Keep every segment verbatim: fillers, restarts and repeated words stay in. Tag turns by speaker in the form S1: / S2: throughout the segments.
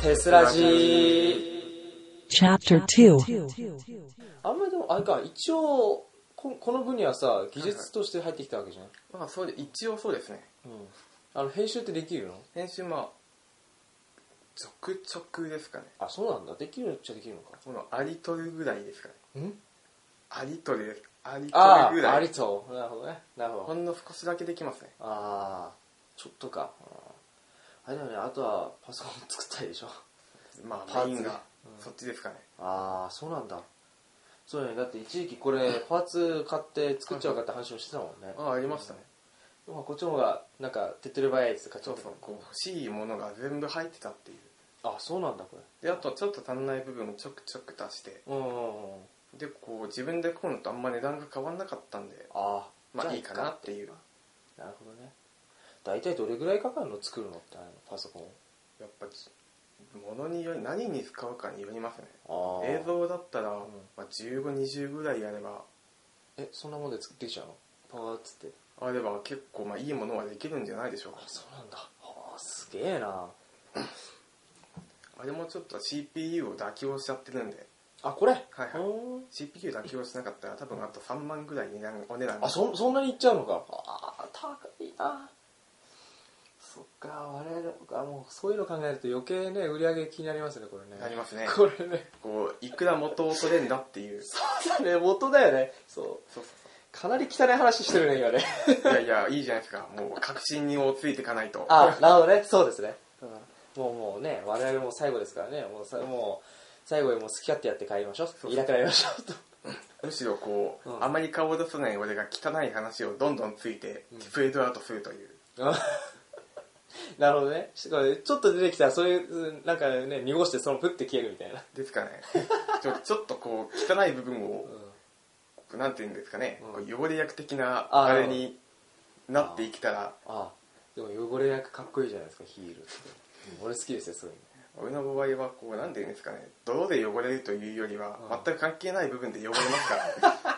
S1: テスラジー チャプターツー。あんまりでもあれか、一応こ, この分にはさ技術として入ってきたわけじゃない、はい
S2: はい、まあそうで一応そうですね、
S1: うん、あの編集ってできるの？
S2: 編集まあちょくちょくですかね。
S1: あ、そうなんだ。できるっちゃできるのか。
S2: このアリトルぐらいですかね。
S1: ん
S2: アリトルです。アリトルぐらい。
S1: ああ、アリトル。なるほどね。なるほど。
S2: ほんの少しだけできますね。
S1: ああ、ちょっとか。あれだよね、あとはパソコン作ったりでしょ。
S2: まあメインが、うん、そっちですかね。
S1: ああ、そうなんだ。そうね、だって一時期これパーツ買って作っちゃうかって話をしてたもんね。
S2: ああ、ありましたね。
S1: まあこっちの方がなんか手っ取り早いです買っちゃう。
S2: そうそう、こう欲しいものが全部入ってたっていう。
S1: あ、そうなんだこ
S2: れ。で、あとちょっと足んない部分をちょくちょく足して。
S1: うんうんうん。
S2: で、こう自分で買うのとあんま値段が変わんなかったんで。
S1: ああ、
S2: まあいいかなっていう。
S1: なるほどね。大体どれぐらいかかるの作るのってパソコン？
S2: やっぱ物により何に使うかによりますね。映像だったら、うん、まあ、じゅうご、にじゅうぐらいやれば。
S1: え、そんなもんで作ってきちゃうの？パワーっつって
S2: あれば結構まあいいものはできるんじゃないでしょうか。
S1: あ、そうなんだ。はあ、すげえな。
S2: あれもちょっと シーピーユー を妥協しちゃってるんで。
S1: あ、これ？
S2: はいはい。シーピーユー 妥協しなかったら多分あとさんまんぐらいになるお値段。
S1: あ、そ、そんなにいっちゃうのか。ああ、高いな。そっか、我々がもうそういうの考えると余計ね、売り上げ気になりますね、これね。
S2: なりますね。
S1: これね。
S2: こう、いくら元を取れんだっていう。
S1: そうだね、元だよね。そう。そうそうそう。かなり汚い話してるね、今ね。
S2: いやいや、いいじゃないですか。もう確信に追いついていかないと。
S1: あ、なるほどね。そうですね。もうもうね、我々も最後ですからね。もうさ、もう最後にもう好き勝手やって帰りましょう。そうそう、いなくなりましょうと。
S2: むしろこう、うん、あまり顔を出さない俺が汚い話をどんどんついて、うん、フェードアウトするという。
S1: なるほどね。ちょっと出てきたらそういうなんかね、濁してそのプッて消えるみたいな。
S2: ですかね。ちょちょっとこう汚い部分を、うん、なんていうんですかね、うん、こう汚れ役的なあれになっていけたら。
S1: ああ、ああ、でも汚れ役かっこいいじゃないですか、ヒールって。うん、俺好きですよ、そういうの。
S2: 俺の場合はこうなんていうんですかね、泥で汚れるというよりは、うん、全く関係ない部分で汚れますから。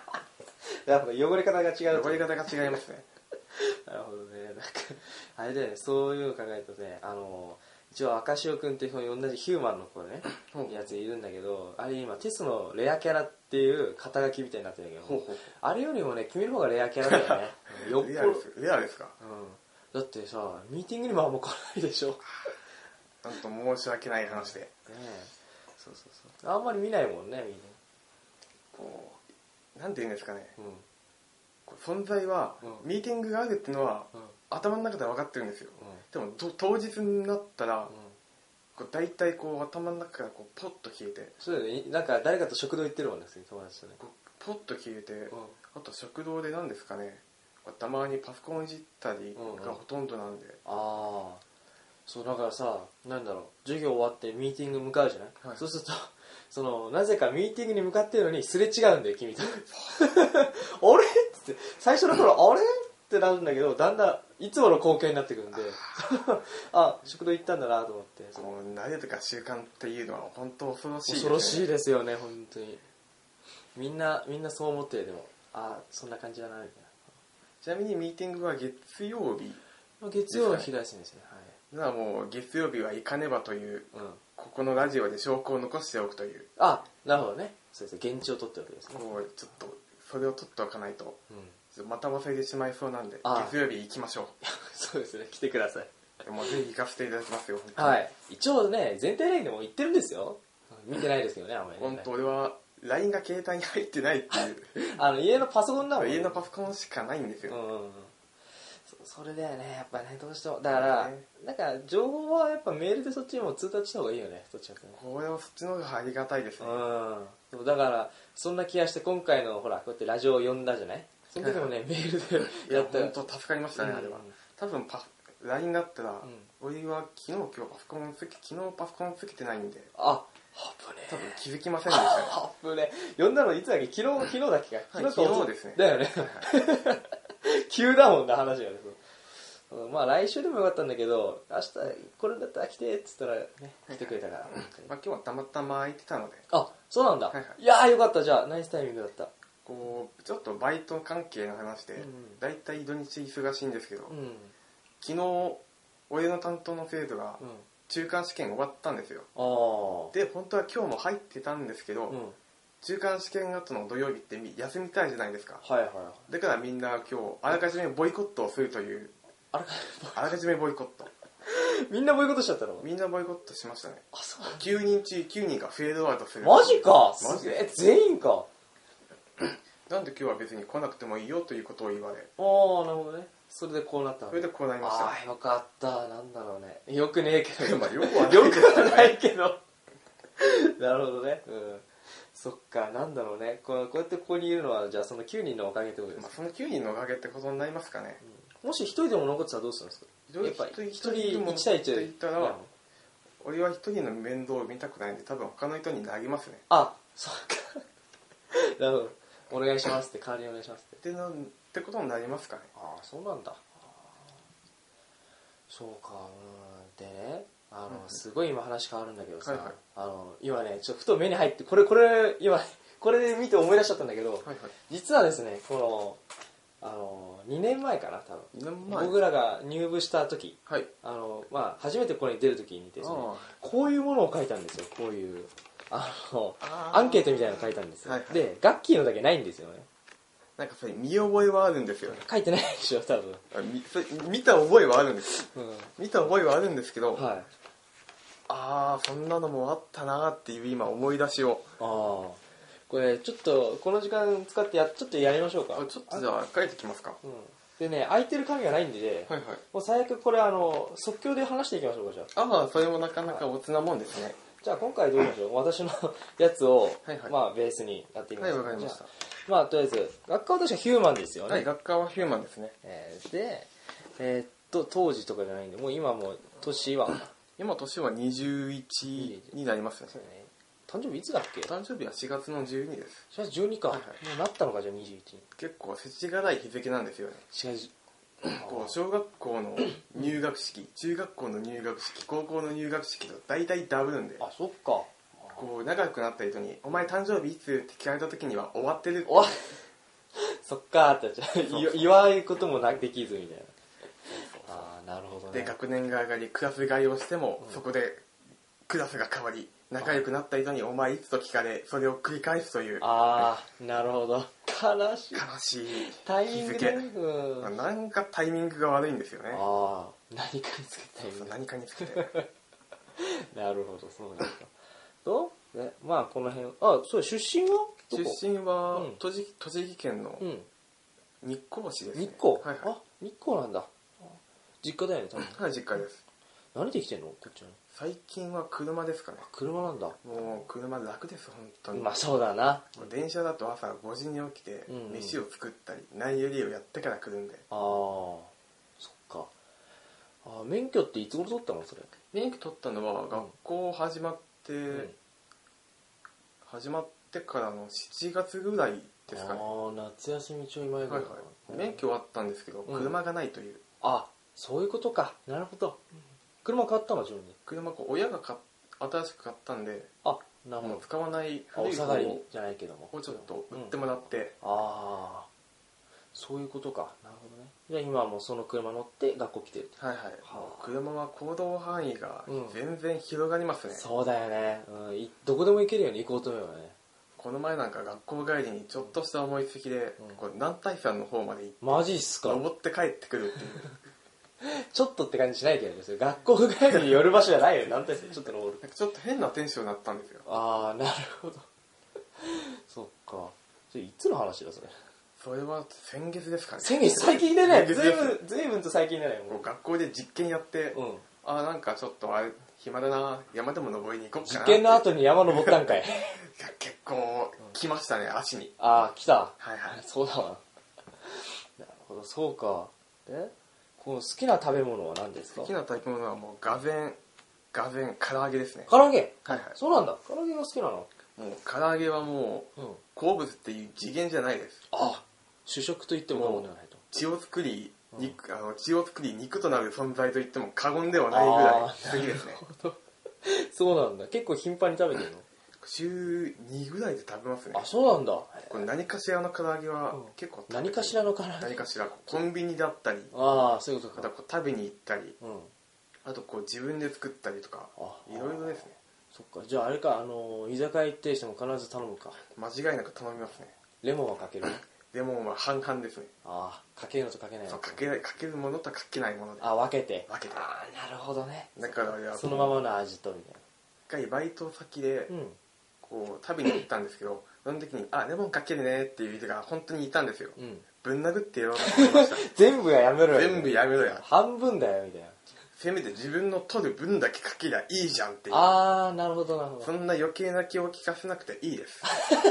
S1: やっぱ汚れ方が違う。
S2: 汚れ方が違いますね。
S1: なるほどね。なんかあれだよね、そういうの考えるとね、あの一応赤潮くんっていう同じヒューマンの子ね、やついるんだけど、あれ今テスのレアキャラっていう肩書きみたいになってるんだけど、ほうほう、あれよりもね、君の方がレアキャラだよね。
S2: よっぽどレアです。レアですか。
S1: うん。だってさ、ミーティングにもあんま来ないでしょ。
S2: なんと申し訳ない話で。ね
S1: え、そうそうそう。あんまり見ないもんね、みんな。
S2: こうなんていうんですかね。うん、存在は、うん、ミーティングがあるっていうのは、うん、頭の中では分かってるんですよ、うん、でも当日になったら、うん、こう大体こう頭の中からこうポッと消えて、
S1: そうだよね、なんか誰かと食堂行ってるもんね、友達とね、
S2: ポッと消えて、うん、あと食堂で何ですかね、たまにパソコンいじったりがほとんどなんで、うんうん、あ
S1: あ、そうだからさ、なんだろう、授業終わってミーティング向かうじゃない、はい、そうするとそのなぜかミーティングに向かってるのにすれ違うんだよ、君と。あれって最初の頃あれってなるんだけど、だんだんいつもの光景になってくるんで、あ、食堂行ったんだなと思って。
S2: こう慣れとか習慣っていうのは本当恐ろしいです
S1: ね。恐ろしいですよね、本当に。みんなみんなそう思ってる。でも、あ、そんな感じだなみたいな。
S2: ちなみにミーティングは月曜日、
S1: まあ、月曜の日らしいんですね。はい。
S2: だからもう月曜日は行かねばという、うん、ここのラジオで証拠を残しておくという。
S1: あ、なるほどね。そうですね。現地を取っておくわけですね。
S2: もうちょっとそれを取っておかないと、うん、また忘れてしまいそうなんで、月曜日行きましょう。
S1: そうですね。来てください。
S2: もうぜひ行かせていただきますよ。
S1: はい。一応ね、全体ラインでも言ってるんですよ。見てないですけどね、あんまり、ね。
S2: 本当俺は ライン が携帯に入ってないっていう。
S1: あの家のパソコンだもん、ね。
S2: 家のパソコンしかないんですよ。うんうん、
S1: そ, それだよね、やっぱね、どうしてもだから、ね、なんか情報はやっぱメールでそっちにも通達した方がいいよね、どっちかってね。
S2: これはそっちの方がありがたいですね。
S1: うん。だからそんな気がして今回のほらこうやってラジオを呼んだじゃない。その時もねメールでやったら
S2: 本当助かりましたね、うん、あれは。多分パ ライン だったら、うん、俺は昨日今日パソコンつけ昨日パソコンつけてないんで。
S1: あ、ハップね。
S2: 多分気づきませんでしたね。
S1: ハップね。呼んだのいつだっけ？昨日昨日だっけか。
S2: 昨日か、はい、昨日ですね。
S1: だよね。はい、急だもんな話がね。まあ来週でもよかったんだけど、明日これだったら来てっつったらね、来てくれたから、
S2: まあ、今日はたまたま空いてたので。
S1: あ、そうなんだ、はいはい、いやーよかった。じゃあナイスタイミングだった。
S2: こうちょっとバイト関係の話で、うん、だいたい土日忙しいんですけど、うん、昨日俺の担当の生徒が、うん、 中間試験終わったんですよ。
S1: あ
S2: で本当は今日も入ってたんですけど、うん、中間試験後の土曜日って休みたいじゃないですか。
S1: はいはい。
S2: だからみんな今日あらかじめボイコットをするという。
S1: あら
S2: あらかじめボイコット。
S1: みんなボイコットしちゃったの？
S2: みんなボイコットしましたね。
S1: あ、そう。
S2: きゅうにん中きゅうにんがフェードアウトする。
S1: マジか。
S2: マジ
S1: で全員か。
S2: なんで今日は別に来なくてもいいよということを言われ。
S1: ああ、なるほどね。それでこうなったの。
S2: それでこうなりました。
S1: ああ、よかった。なんだろうね。よくねえけど。
S2: まあよくはない
S1: よくはないけど。なるほどね。うん。そっか、なんだろうね。こうこうやってここにいるのは、じゃあそのきゅうにんのおかげってことですか。
S2: まあ、そのきゅうにんのおかげってことになりますかね。
S1: うん、もし一人でも残ってたらどうするんですか。やっぱり一人いち対いちで。
S2: ったら、俺は一人の面倒を見たくないんで、多分他の人に投げますね。
S1: あ、そうか。なるほど。お願いしますって、代わりにお願いしますって。
S2: ってなってことになりますかね。
S1: ああ、そうなんだ。そうか。うん。でね、あの、うん、すごい今話変わるんだけどさ、はいはい、あの今ねちょっとふと目に入ってこれこれ今これで見て思い出しちゃったんだけど、はいはい、実はですねこのあのにねんまえかな多分僕らが入部した時、はい、あのまあ初めてこれに出る時にですねこういうものを書いたんですよ。こういうあのアンケートみたいなの書いたんですよ、はいはい、でガッキーのだけないんですよね。
S2: なんかそれ見覚えはあるんですよね。
S1: 書いてないでしょ多分。
S2: 見, 見た覚えはあるんです、うん、見た覚えはあるんですけど、はい、ああそんなのもあったなっていう今思い出しを。
S1: ああこれちょっとこの時間使ってやちょっとやりましょうか。
S2: ちょっとじゃあ書いてきますか、
S1: うん、でね空いてる紙がないんで、はいはい、もう最悪これあの即興で話していきましょうか。じゃあ
S2: ああそれもなかなかおつなもんですね、はい、
S1: じゃあ今回どうしましょう。私のやつを、はいはい、まあベースにやっていきます。
S2: はいわかりました。
S1: まあとりあえず学科は確かヒューマンですよね。
S2: はい学科はヒューマンですね、
S1: えー、でえー、っと当時とかじゃないんでもう今もう年は
S2: 今年はにじゅういちになりますね。そうね。
S1: 誕生日いつだっけ。
S2: 誕生日はしがつのじゅうにです。
S1: しがつじゅうにか、はいはい、もうなったのか。じゃあにじゅういちに
S2: 結構世知辛い日付なんですよね。
S1: しがつ
S2: こう小学校の入学式中学校の入学式高校の入学式と大体ダブるんで。
S1: あそっか。
S2: こう仲良くなった人に「お前誕生日いつ?」って聞かれた時には終わってるって。
S1: 終わそっかーってじゃあ祝うこともなできずみたいな。ああなるほどね。
S2: で学年が上がりクラス替えをしても、うん、そこでクラスが変わり仲良くなった人に「お前いつ?」と聞かれそれを繰り返すという。
S1: ああなるほど。悲しい
S2: 悲しい
S1: タイミングで、
S2: うんまあ、なんかタイミングが悪いんですよね。
S1: ああ何かにつけたタイミング。
S2: 何かにつけて
S1: なるほどそうですか。とねまあこの辺あそう出身は
S2: 出身は、うん、栃木、栃木県の日光市ですね。
S1: 日光、
S2: はいはい、
S1: あ日光なんだ。実家だよね多分。
S2: はい実家です。
S1: 何で来てんのこっちは。
S2: 最近は車ですかね。
S1: 車なんだ。
S2: もう車楽です本当に。
S1: まあそうだな。
S2: 電車だと朝ごじに起きて飯を作ったり、うん、内容理をやってから来るんで。
S1: ああそっか。あ免許っていつ頃取ったのそれ。
S2: 免許取ったのは学校始まって、うん、始まってからのしちがつぐらいですかね。
S1: ああ夏休みちょい前ぐらいかな、
S2: はいはい、免許はあったんですけど、うん、車がないという。
S1: あそういうことか。なるほど。車買ったの自分で。
S2: 車こう親が買新しく買ったんで、
S1: あなるほど。
S2: 使わない
S1: 古い方じゃないけども
S2: をちょっと売ってもらって、うん、
S1: ああそういうことか。なるほどね。じゃあ今はもうその車乗って学校来てる。
S2: はいはい、はあ、車は行動範囲が全然広がりますね、うん、
S1: そうだよね、うん、どこでも行けるように行こうと思えばね。
S2: この前なんか学校帰りにちょっとした思いつきで、うん、こう南大山の方まで行って
S1: マジっすか。
S2: 登って帰ってくるっていう
S1: ちょっとって感じしないけどね。学校帰りに寄る場所じゃないよ。南大山ちょっと登る。
S2: ちょっと変なテンションになったんですよ。
S1: ああなるほどそっか。それいつの話だそれ。
S2: それは先月ですかね。
S1: 先月最近でね。ずいぶんずいぶんと最近でね。
S2: もう学校で実験やって、うん、あなんかちょっとあれ暇だな山でも登りに行こうかな。
S1: 実験の後に山登ったんかい。
S2: 結構来ましたね足に。
S1: ああ来た。
S2: はいはい
S1: そうだわ。なるほどそうか。でこの好きな食べ物は何ですか。
S2: 好きな食べ物はもうがぜんがぜん唐揚げですね。
S1: 唐揚げ。
S2: はいはい。
S1: そうなんだ。唐揚げが好きなの。も
S2: う唐揚げはもう、うん、好物っていう次元じゃないです。
S1: あ主食と言っても過言ではないと。
S2: 血を作り肉、うん、あの血を作り肉となる存在と言っても過言ではないぐらい好きですね。
S1: そうなんだ。結構頻繁に食べてるの。
S2: 週にぐらいで食べますね。
S1: あそうなんだ。
S2: これ何かしらの唐揚げは結構、
S1: うん、何かしらの唐揚げ。
S2: 何かしらコンビニだったり。
S1: ああそういうことか。
S2: あとこう食べに行ったり、うん、 あとこう自分で作ったりとかいろいろですね。
S1: そっか、じゃああれか、あの居酒屋行ってしても必ず頼むか。
S2: 間違いなく頼みますね。
S1: レモンはかける？
S2: レモンは半々ですね。
S1: ああ、かけるのとかけないの。
S2: そう、かけない、かけるものとかけないもので。
S1: あ、分けて。
S2: 分けて。
S1: ああ、なるほどね。
S2: だからあれは
S1: そのままの味とみたいな。
S2: 一回バイト先で、
S1: うん、
S2: こう食べに行ったんですけど、その時にあレモンかけるねっていう人が本当にいたんですよ。うん、ぶん殴ってやろうと思いました。
S1: 全部はやめろよ。
S2: 全部やめろや。
S1: 半分だよみたいな。せ
S2: めて自分の取る分だけかけりゃいいじゃんっていう。
S1: ああ、なるほどなるほど。
S2: そんな余計な気を利かせなくていいです。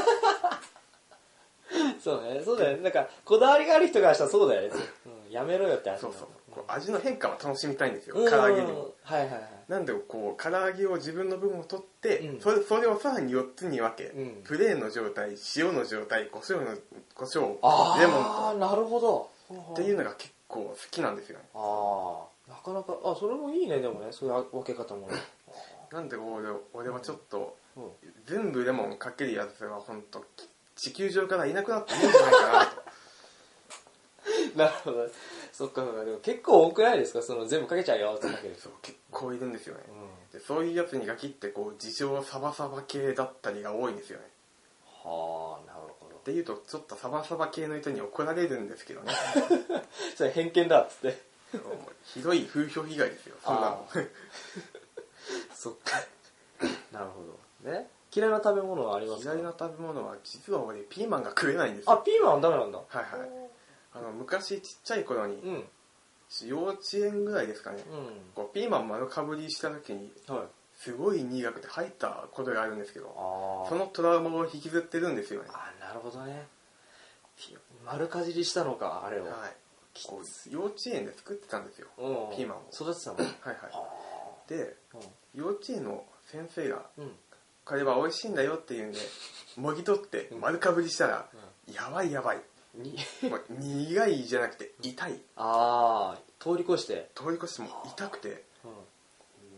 S1: そうね、そうだよね。なんかこだわりがある人がしたらそうだよね。うん、やめろよって話。
S2: そうそう。こう味の変化は楽しみたいんですよ。唐揚げにも。
S1: はいはいはい。
S2: なんでこう唐揚げを自分の部分を取って、うん、それそれをさらによっつに分け、うん、プレーンの状態、塩の状態、胡椒の胡椒、レモンと。
S1: ああ、なるほど。
S2: っていうのが結構好きなんですよね。
S1: ああ、なかなか、あ、それもいいね、でもね、そういう分け方もね。
S2: なんで俺俺はちょっと、うんうん、全部レモンかけるやつは本当地球上からいなくなっていいんじゃないかなと。
S1: なるほど。そっかそっか。でも結構多くないですか、その全部かけちゃうよってかける。
S2: そう、結構いるんですよね。うん、でそういうやつに限ってこう自称サバサバ系だったりが多いんですよね。
S1: はあ、なるほど。
S2: っていうとちょっとサバサバ系の人に怒られるんですけどね。
S1: それ偏見だっつって。
S2: ひどい風評被害ですよ。そんなの。
S1: そっか。なるほど。ね。嫌いな食べ物はありますか？
S2: 嫌いな食べ物は実は俺ピーマンが食えないんですよ。
S1: あ、ピーマンはダメなんだ。
S2: はいはい。あの昔ちっちゃい頃に、うん、幼稚園ぐらいですかね、うん、こうピーマン丸かぶりした時に、はい、すごい苦くて入ったことがあるんですけど、そのトラウマを引きずってるんですよね。
S1: あ、なるほどね。丸かじりしたのか、あれを。はい、
S2: こう幼稚園で作ってたんですよ、ピーマンを。
S1: 育てたの？はい
S2: はい。で、幼稚園の先生が、うん、これは美味しいんだよって言うんでもぎ取って丸かぶりしたら、うん、やばいやばいに苦いじゃなくて痛い。
S1: ああ、通り越して
S2: 通り越しても痛くて、うん、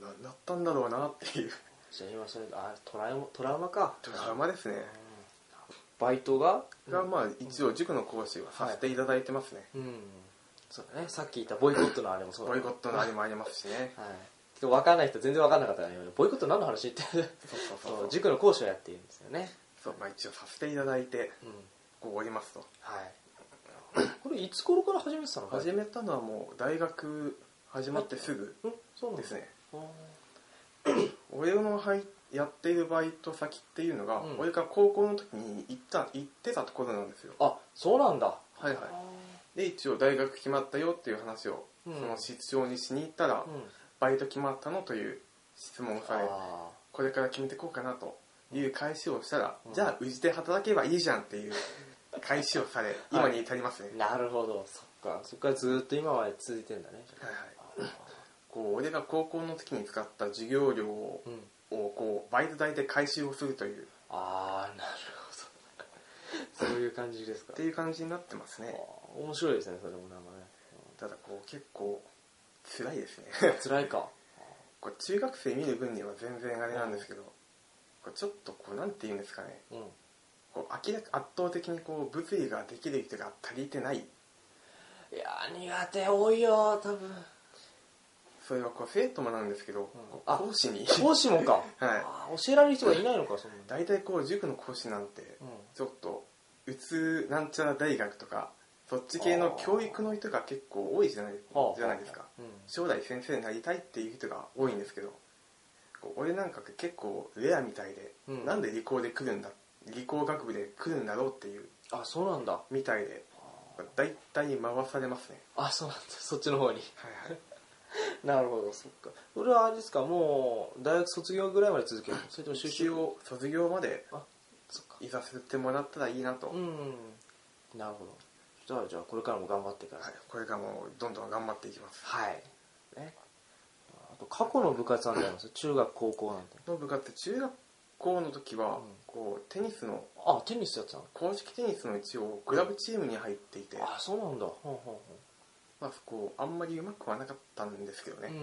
S2: な, なったんだろうなっていう。
S1: じゃあ今それあトラウマトラウマか。
S2: トラウマですね。
S1: バイトが
S2: がまあ一応塾の講師はさせていただいてますね。
S1: はい、うん、そうだね。さっき言ったボイコットのあれもそうだ、
S2: ね、ボイコットのあれもありますしね。はい。
S1: 分かんない人全然分かんなかったからね。ボイコット何の話ってそうそうそうそう塾の講師をやっているんですよね。
S2: そう、まあ一応させていただいて、うん、こうおりますと。はい。
S1: これいつ頃から始めてたの？
S2: 始めたのはもう大学始まってすぐですね。俺の入やっているバイト先っていうのが、うん、俺が高校の時に行った行ってたところなんですよ。
S1: あ、そうなんだ。
S2: はいはい。で一応大学決まったよっていう話を、うん、その室長にしに行ったら、うん、バイト決まったのという質問をされ、これから決めていこうかなという返しをしたら、うん、じゃあうちで働けばいいじゃんっていう返しをされ、今に至りますね。
S1: なるほど、そっか。そっからずっと今まで続いてるんだね。
S2: はいはい。こう俺が高校の時に使った授業料を、うん、をこうバイト代で回収をするという。
S1: ああ、なるほど。そういう感じですか。
S2: っていう感じになってますね。
S1: 面白いですね、それもなんかね。
S2: ただこう結構辛いですね。
S1: 辛いか。
S2: こう中学生見る分には全然あれなんですけど、こうちょっとこうなんて言うんですかね。うん、こう明らか圧倒的にこう物理ができる人が足りてない。い
S1: や苦手多いよ多分。
S2: それはこう生徒もなんですけど、うん、講師に
S1: 講師もか、はい、教えられる人がいないのか。そんな
S2: 大体こう塾の講師なんて、うん、ちょっとうつなんちゃら大学とかそっち系の教育の人が結構多いじゃない、じゃないですか、うん、将来先生になりたいっていう人が多いんですけど、俺なんか結構レアみたいで、うん、なんで理工で来るんだ理工学部で来るんだろうっていう。
S1: あ、そうなんだ。
S2: みたいで大体回されますね。
S1: あ、そうなんだ。そっちの方に。はいはい。なるほど、そっか。それはあれですか、もう大学卒業ぐらいまで続けるの？それとも修士を
S2: 卒業までいさせてもらったらいいなと。うん、
S1: なるほど。じゃあじゃあこれからも頑張ってください。はい、
S2: これからもどんどん頑張っていきます。
S1: はい。ね。あと過去の部活なんてあります？中学高校なんて。
S2: の部活中学校の時は、うん、こうテニスの
S1: あテニスやってたの？
S2: 公式テニスの一応クラブチームに入っていて。
S1: あ、そうなんだ。ほうほうほう。
S2: まあ、こうあんまりうまくはなかったんですけどね、うん、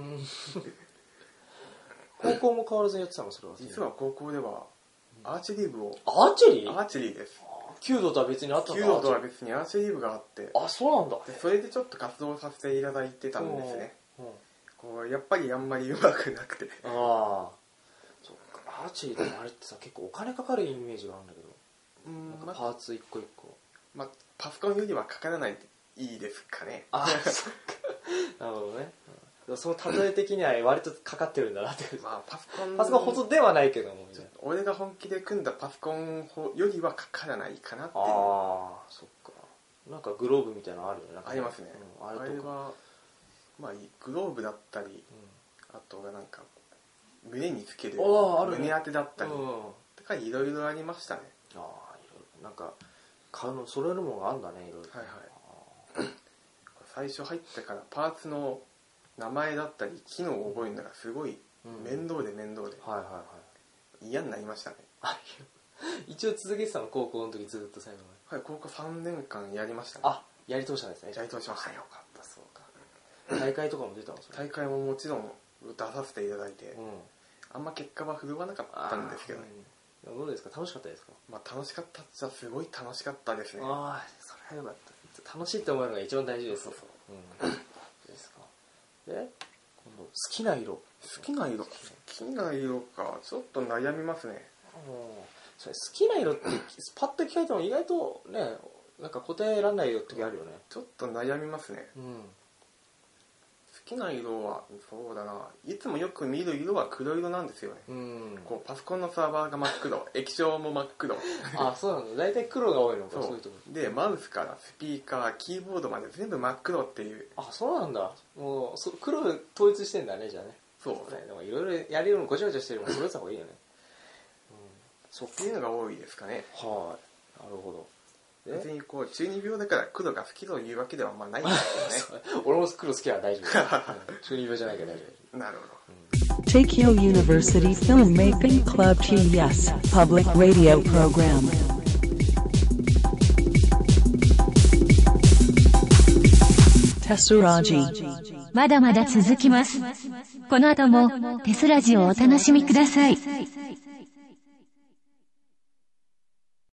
S1: 高校も変わらずやってたの？それは
S2: 実は高校ではアーチェリー部を。
S1: アーチェリー？
S2: アーチェリーです。
S1: 弓道とは別にあったんだ。
S2: 弓道とは別にアーチェリー部があって。
S1: あ、そうなんだ。
S2: でそれでちょっと活動させていただいてたんですね、うんうん、 こうやっぱりあんまりうまくなくて。
S1: ああ、そっか。アーチェリーでもあれってさ結構お金かかるイメージがあるんだけど、うん、なんかパーツ一個一個、
S2: まあ、パソコンよりはかからないっていいですかね。
S1: ああ、そっか。なるほどね。その例え的には割とかかってるんだなって。
S2: まあパソコン。
S1: パソコンほどではないけども。
S2: 俺が本気で組んだパソコンよりはかからないかなっていう。あ
S1: あ、そっか。なんかグローブみたいなのあるよね。
S2: ありますね。
S1: うん、あれとか。
S2: あれはまあグローブだったり、うん、あとはなんか胸につける胸当てだったり、うん、とかいろいろありましたね。
S1: ああ、いろいろなんか買うの揃えるものがあるんだね、いろいろ。
S2: はいはい。最初入ってからパーツの名前だったり機能を覚えるのがすごい面倒で面倒で、うん、はいはいはい、嫌になりましたね。
S1: 一応続けてたの、高校の時ずっと最後
S2: まで。はい、高校さんねんかんやりましたね。
S1: あ、やり通したんですね。
S2: やり通しました、ね。
S1: よかった、そうか。大会とかも出たの？
S2: 大会ももちろん出させていただいて、うん、あんま結果は振るわなかったんですけどね。
S1: うん、どうですか、楽しかったですか？
S2: まあ楽しかったっちゃすごい楽しかったですね。
S1: ああ、それはよかった。楽しいって思うのが一番大事です。そうそうそう、うん、ですか。で、今度好きな色。好
S2: きな色好きな色か、ちょっと悩みますね。
S1: それ好きな色ってパッと聞かれても意外とね、なんか答えられないよって時あるよね。
S2: ちょっと悩みますね。うん、好きな色はそうだな、いつもよく見る色は黒色なんですよね。うん、こうパソコンのサーバーが真っ黒、液晶も真っ黒。
S1: あ、そうなの。大体黒が多いのか。
S2: そう、そういうとこでマウスからスピーカー、キーボードまで全部真っ黒っていう。
S1: あ、そうなんだ。もうそ黒統一してんだね、じゃあね。そうね。でもいろいろやるよりもごちゃごちゃしてるもん、それた方がいいよね。
S2: そうっていうのが多いですかね。
S1: はい、なるほど。
S2: 別にこう中二病だから黒が好きというわけではまあないんですよね。
S1: 俺も黒好きは大丈夫。中二病じゃないから大丈
S2: 夫。なるほど。
S3: Tokyo University Filmmaking Club ティーエス Public Radio Program。テスラジ。
S4: まだまだ続きます。この後もテスラジをお楽しみください。